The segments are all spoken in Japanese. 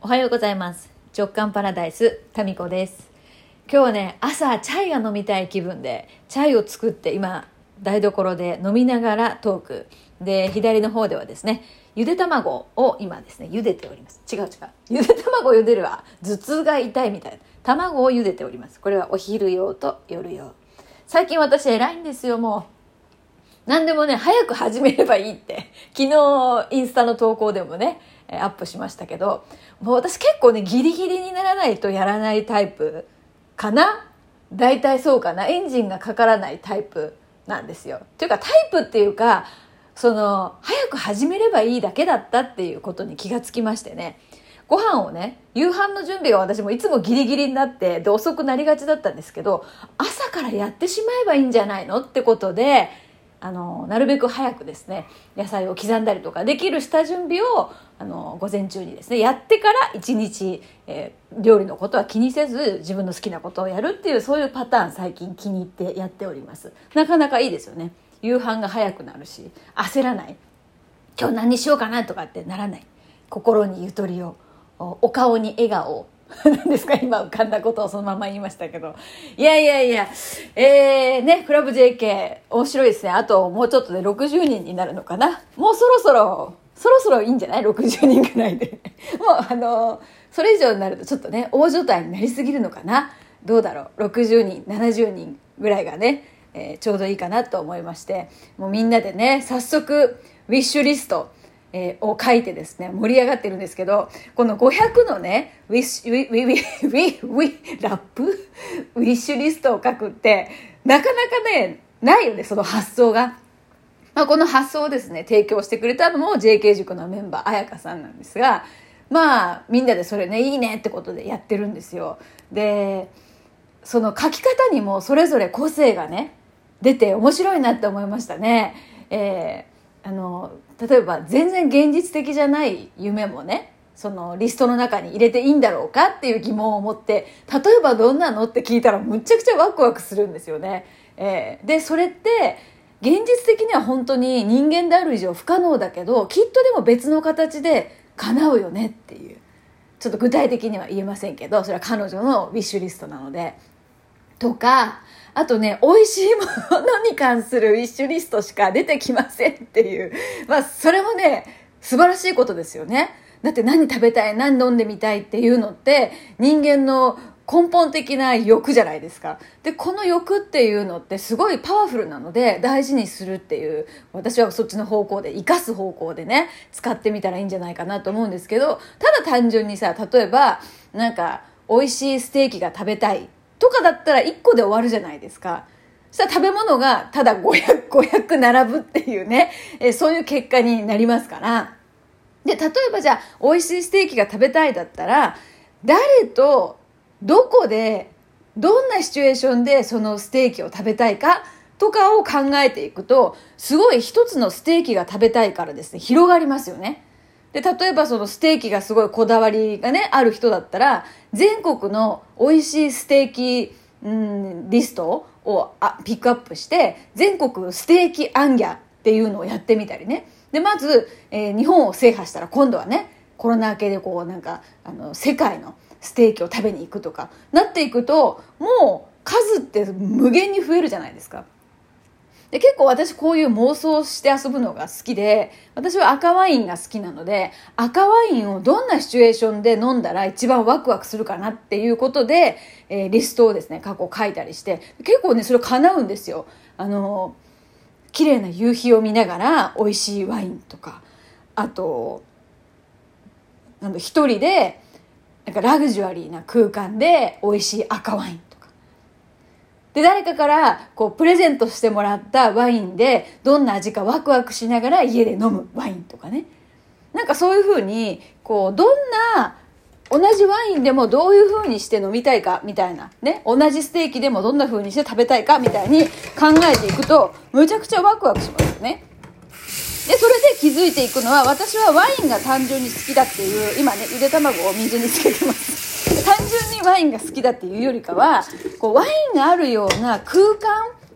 おはようございます。直感パラダイスタミコです。今日はね、朝チャイが飲みたい気分でチャイを作って今台所で飲みながらトークで、左の方ではですね、ゆで卵を今ですね茹でております。ゆで卵を茹でるは頭痛が痛いみたいな卵を茹でております。これはお昼用と夜用。最近私偉いんですよ。もう何でもね、早く始めればいいって昨日インスタの投稿でもねアップしましたけど、もう私結構ねギリギリにならないとやらないタイプかな。大体そうかな。エンジンがかからないタイプなんですよ。というかタイプっていうか、早く始めればいいだけだったっていうことに気がつきましてね。ご飯をね、夕飯の準備が私もいつもギリギリになってで遅くなりがちだったんですけど、朝からやってしまえばいいんじゃないのってことで、なるべく早くですね野菜を刻んだりとかできる下準備を午前中にですねやってから一日、料理のことは気にせず自分の好きなことをやるっていう、そういうパターン最近気に入ってやっております。なかなかいいですよね。夕飯が早くなるし、焦らない。今日何にしようかなとかってならない。心にゆとりを、お顔に笑顔を何ですか、今浮かんだことをそのまま言いましたけど、いやね、クラブ JK 面白いですね。あともうちょっとで60人になるのかな。もうそろそろいいんじゃない？ 60 人ぐらいでもうそれ以上になるとちょっとね大所帯になりすぎるのかな。どうだろう、60人70人ぐらいがね、ちょうどいいかなと思いまして、もうみんなでね早速ウィッシュリストを書いてですね盛り上がってるんですけど、この500のねラップウィッシュリストを書くってなかなかねないよね、その発想が。この発想をですね提供してくれたのも JK 塾のメンバー彩香さんなんですが、みんなでそれねいいねってことでやってるんですよ。でその書き方にもそれぞれ個性がね出て面白いなって思いましたね。例えば全然現実的じゃない夢もねそのリストの中に入れていいんだろうかっていう疑問を持って、例えばどんなのって聞いたらむちゃくちゃワクワクするんですよね。でそれって現実的には本当に人間である以上不可能だけど、きっとでも別の形で叶うよねっていう、ちょっと具体的には言えませんけど、それは彼女のウィッシュリストなので。とか、あとね、美味しいものに関するウィッシュリストしか出てきませんっていう、それもね素晴らしいことですよね。だって何食べたい、何飲んでみたいっていうのって人間の根本的な欲じゃないですか。でこの欲っていうのってすごいパワフルなので大事にするっていう、私はそっちの方向で生かす方向でね使ってみたらいいんじゃないかなと思うんですけど、ただ単純にさ、例えばなんか美味しいステーキが食べたいとかだったら1個で終わるじゃないですか。そしたら食べ物がただ500並ぶっていうね、そういう結果になりますから。で例えばじゃあ美味しいステーキが食べたいだったら、誰とどこでどんなシチュエーションでそのステーキを食べたいかとかを考えていくと、すごい一つのステーキが食べたいからですね広がりますよね。で例えばそのステーキがすごいこだわりがねある人だったら、全国の美味しいステーキ、リストをピックアップして全国ステーキアンギャっていうのをやってみたりね。でまず、日本を制覇したら今度はねコロナ明けで世界のステーキを食べに行くとかなっていくと、もう数って無限に増えるじゃないですか。で結構私こういう妄想して遊ぶのが好きで、私は赤ワインが好きなので、赤ワインをどんなシチュエーションで飲んだら一番ワクワクするかなっていうことで、リストをですね過去書いたりして、結構ねそれ叶うんですよ。綺麗な夕日を見ながら美味しいワインとか、あと一人でなんかラグジュアリーな空間で美味しい赤ワインとかで、誰かからプレゼントしてもらったワインでどんな味かワクワクしながら家で飲むワインとかね。なんかそういう風にどんな同じワインでもどういう風にして飲みたいかみたいなね、同じステーキでもどんな風にして食べたいかみたいに考えていくとむちゃくちゃワクワクしますよね。でそれで気づいていくのは、私はワインが単純に好きだっていう、今ねゆで卵を水につけてます。単純にワインが好きだっていうよりかは、ワインがあるような空間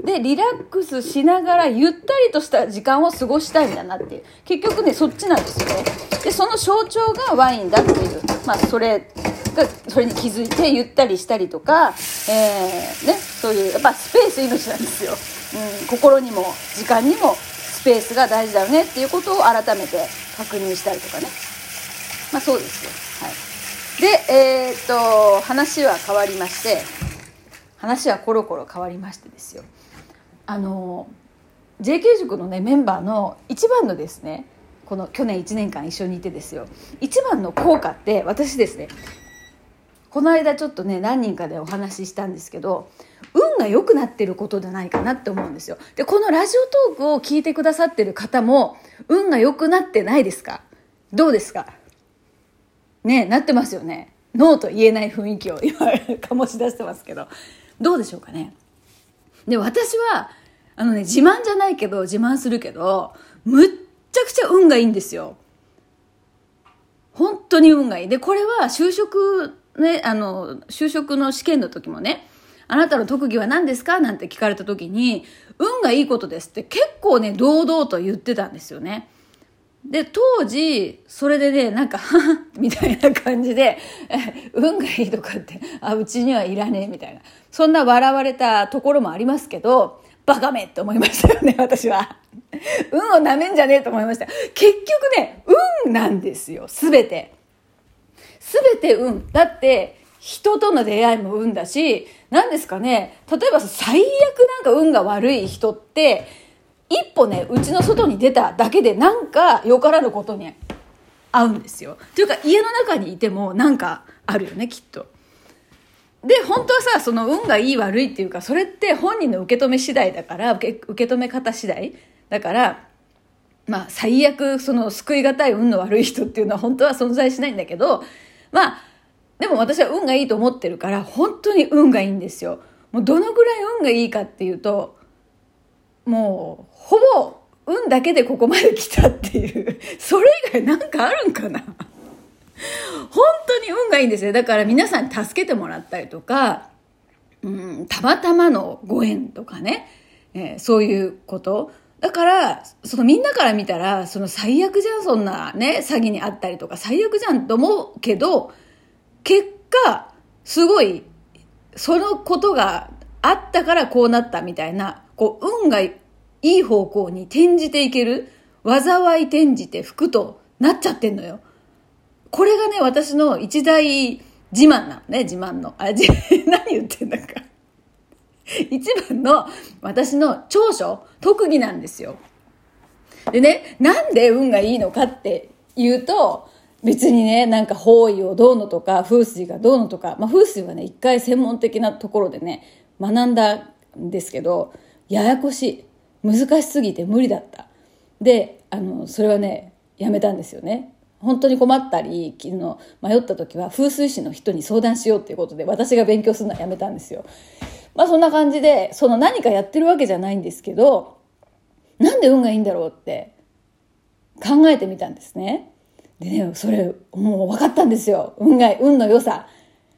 でリラックスしながらゆったりとした時間を過ごしたいんだなっていう、結局ねそっちなんですよ。でその象徴がワインだっていう、それに気づいてゆったりしたりとか、そういうやっぱスペース命なんですよ、心にも時間にもスペースが大事だよねっていうことを改めて確認したりとかね、そうですよ。で話は変わりまして、話はコロコロ変わりましてですよ、JK 塾のねメンバーの一番のですね、この去年1年間一緒にいてですよ、一番の効果って私ですね、この間ちょっとね何人かでお話ししたんですけど、運が良くなってることじゃないかなって思うんですよ。でこのラジオトークを聞いてくださってる方も運が良くなってないですか？どうですかね。なってますよね。ノーと言えない雰囲気を今醸し出してますけど、どうでしょうかね。で私は自慢じゃないけど自慢するけど、むっちゃくちゃ運がいいんですよ。本当に運がいい。でこれは就職の試験の時もね、あなたの特技は何ですかなんて聞かれた時に、運がいいことですって結構ね堂々と言ってたんですよね。で当時それでねははみたいな感じで運がいいとかってうちにはいらねえみたいな、そんな笑われたところもありますけど、バカめって思いましたよね。私は運をなめんじゃねえと思いました。結局ね運なんですよ。すべて運だって、人との出会いも運だし、何ですかね、例えば最悪運が悪い人って一歩ねうちの外に出ただけでよからぬことに合うんですよ。というか家の中にいてもあるよねきっと。で本当はさ、その運がいい悪いっていうか、それって本人の受け止め次第だから、受け止め方次第だから、最悪その救いがたい運の悪い人っていうのは本当は存在しないんだけど、でも私は運がいいと思ってるから、本当に運がいいんですよ。もうどのぐらい運がいいかっていうと、もうほぼ運だけでここまで来たっていう、それ以外あるんかな。本当に運がいいんですよ。だから皆さんに助けてもらったりとか、たまたまのご縁とかね、そういうことだから、そのみんなから見たらその最悪じゃん、そんなね詐欺にあったりとか最悪じゃんと思うけど、結果すごいそのことがあったからこうなったみたいな、運がいい方向に転じていける、災い転じて福となっちゃってんのよ。これがね私の一大自慢なのね。自慢の何言ってんだか一番の私の長所特技なんですよ。でね、なんで運がいいのかっていうと、別にね方位をどうのとか風水がどうのとか、風水はね一回専門的なところでね学んだんですけど、ややこしい、難しすぎて無理だった。でそれはねやめたんですよね。本当に困ったり迷った時は風水師の人に相談しようっていうことで、私が勉強するのはやめたんですよ。そんな感じで、その何かやってるわけじゃないんですけど、なんで運がいいんだろうって考えてみたんですね。でね、それもう分かったんですよ。運の良さ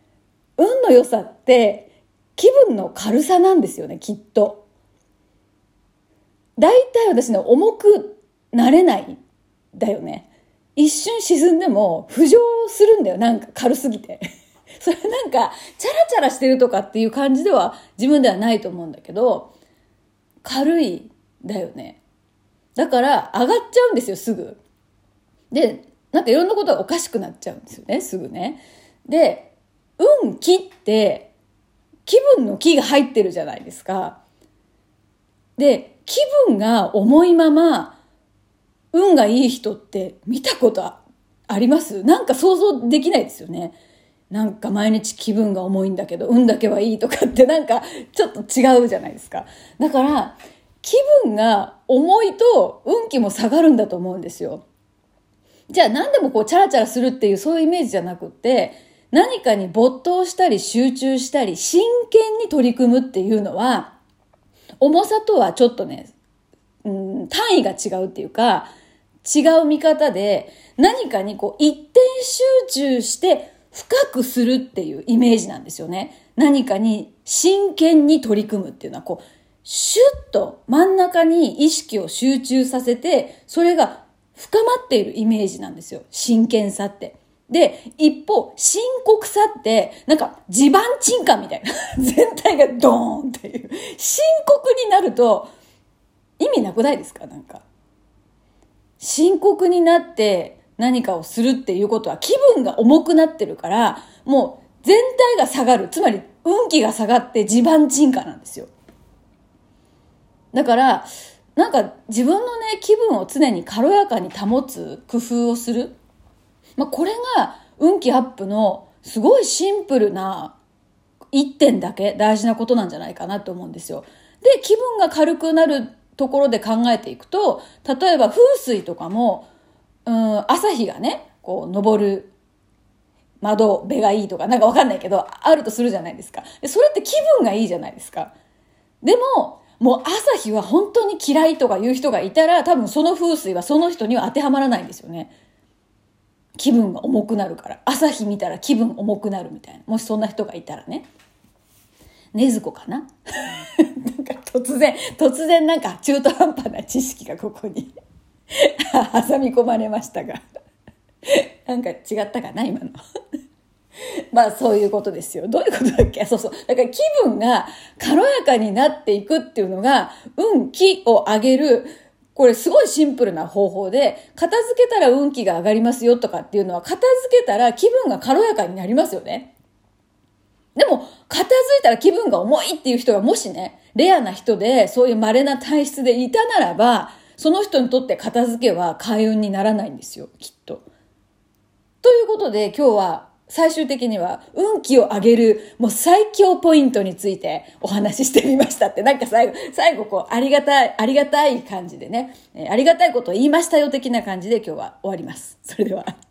って気分の軽さなんですよね、きっと。だいたい私ね重くなれないんだよね。一瞬沈んでも浮上するんだよ、軽すぎてそれチャラチャラしてるとかっていう感じでは自分ではないと思うんだけど、軽いんだよね。だから上がっちゃうんですよ、すぐ。でいろんなことがおかしくなっちゃうんですよね、すぐね。で気って気分の気が入ってるじゃないですか。で気分が重いまま運がいい人って見たことあります？想像できないですよね。毎日気分が重いんだけど運だけはいいとかってちょっと違うじゃないですか。だから気分が重いと運気も下がるんだと思うんですよ。じゃあ何でもチャラチャラするっていうそういうイメージじゃなくって、何かに没頭したり集中したり真剣に取り組むっていうのは、重さとはちょっとね、単位が違うっていうか、違う見方で、何かに一点集中して深くするっていうイメージなんですよね。何かに真剣に取り組むっていうのはシュッと真ん中に意識を集中させて、それが深まっているイメージなんですよ。真剣さって。で、一方、深刻さって、なんか地盤沈下みたいな。全体がドーンっていう。深刻になると、意味なくないですか？なんか。深刻になって何かをするっていうことは気分が重くなってるから、もう全体が下がる。つまり運気が下がって地盤沈下なんですよ。だから、なんか自分のね、気分を常に軽やかに保つ工夫をする。これが運気アップのすごいシンプルな一点だけ大事なことなんじゃないかなと思うんですよ。で、気分が軽くなるところで考えていくと、例えば風水とかも、朝日がね、こう昇る窓辺がいいとかなんかわかんないけど、あるとするじゃないですか。で、それって気分がいいじゃないですか。でも、もう朝日は本当に嫌いとか言う人がいたら、多分その風水はその人には当てはまらないんですよね。気分が重くなるから。朝日見たら気分重くなるみたいな。もしそんな人がいたらね。禰豆子かななんか突然なんか中途半端な知識がここに挟み込まれましたが。なんか違ったかな今の。そういうことですよ。どういうことだっけ？そう。だから気分が軽やかになっていくっていうのが、運気を上げる、これすごいシンプルな方法で、片付けたら運気が上がりますよとかっていうのは、片付けたら気分が軽やかになりますよね。でも、片付いたら気分が重いっていう人がもしね、レアな人で、そういう稀な体質でいたならば、その人にとって片付けは開運にならないんですよ、きっと。ということで、今日は最終的には運気を上げるもう最強ポイントについてお話ししてみましたって、なんか最後こうありがたい感じでね、ありがたいことを言いましたよ的な感じで今日は終わります。それでは。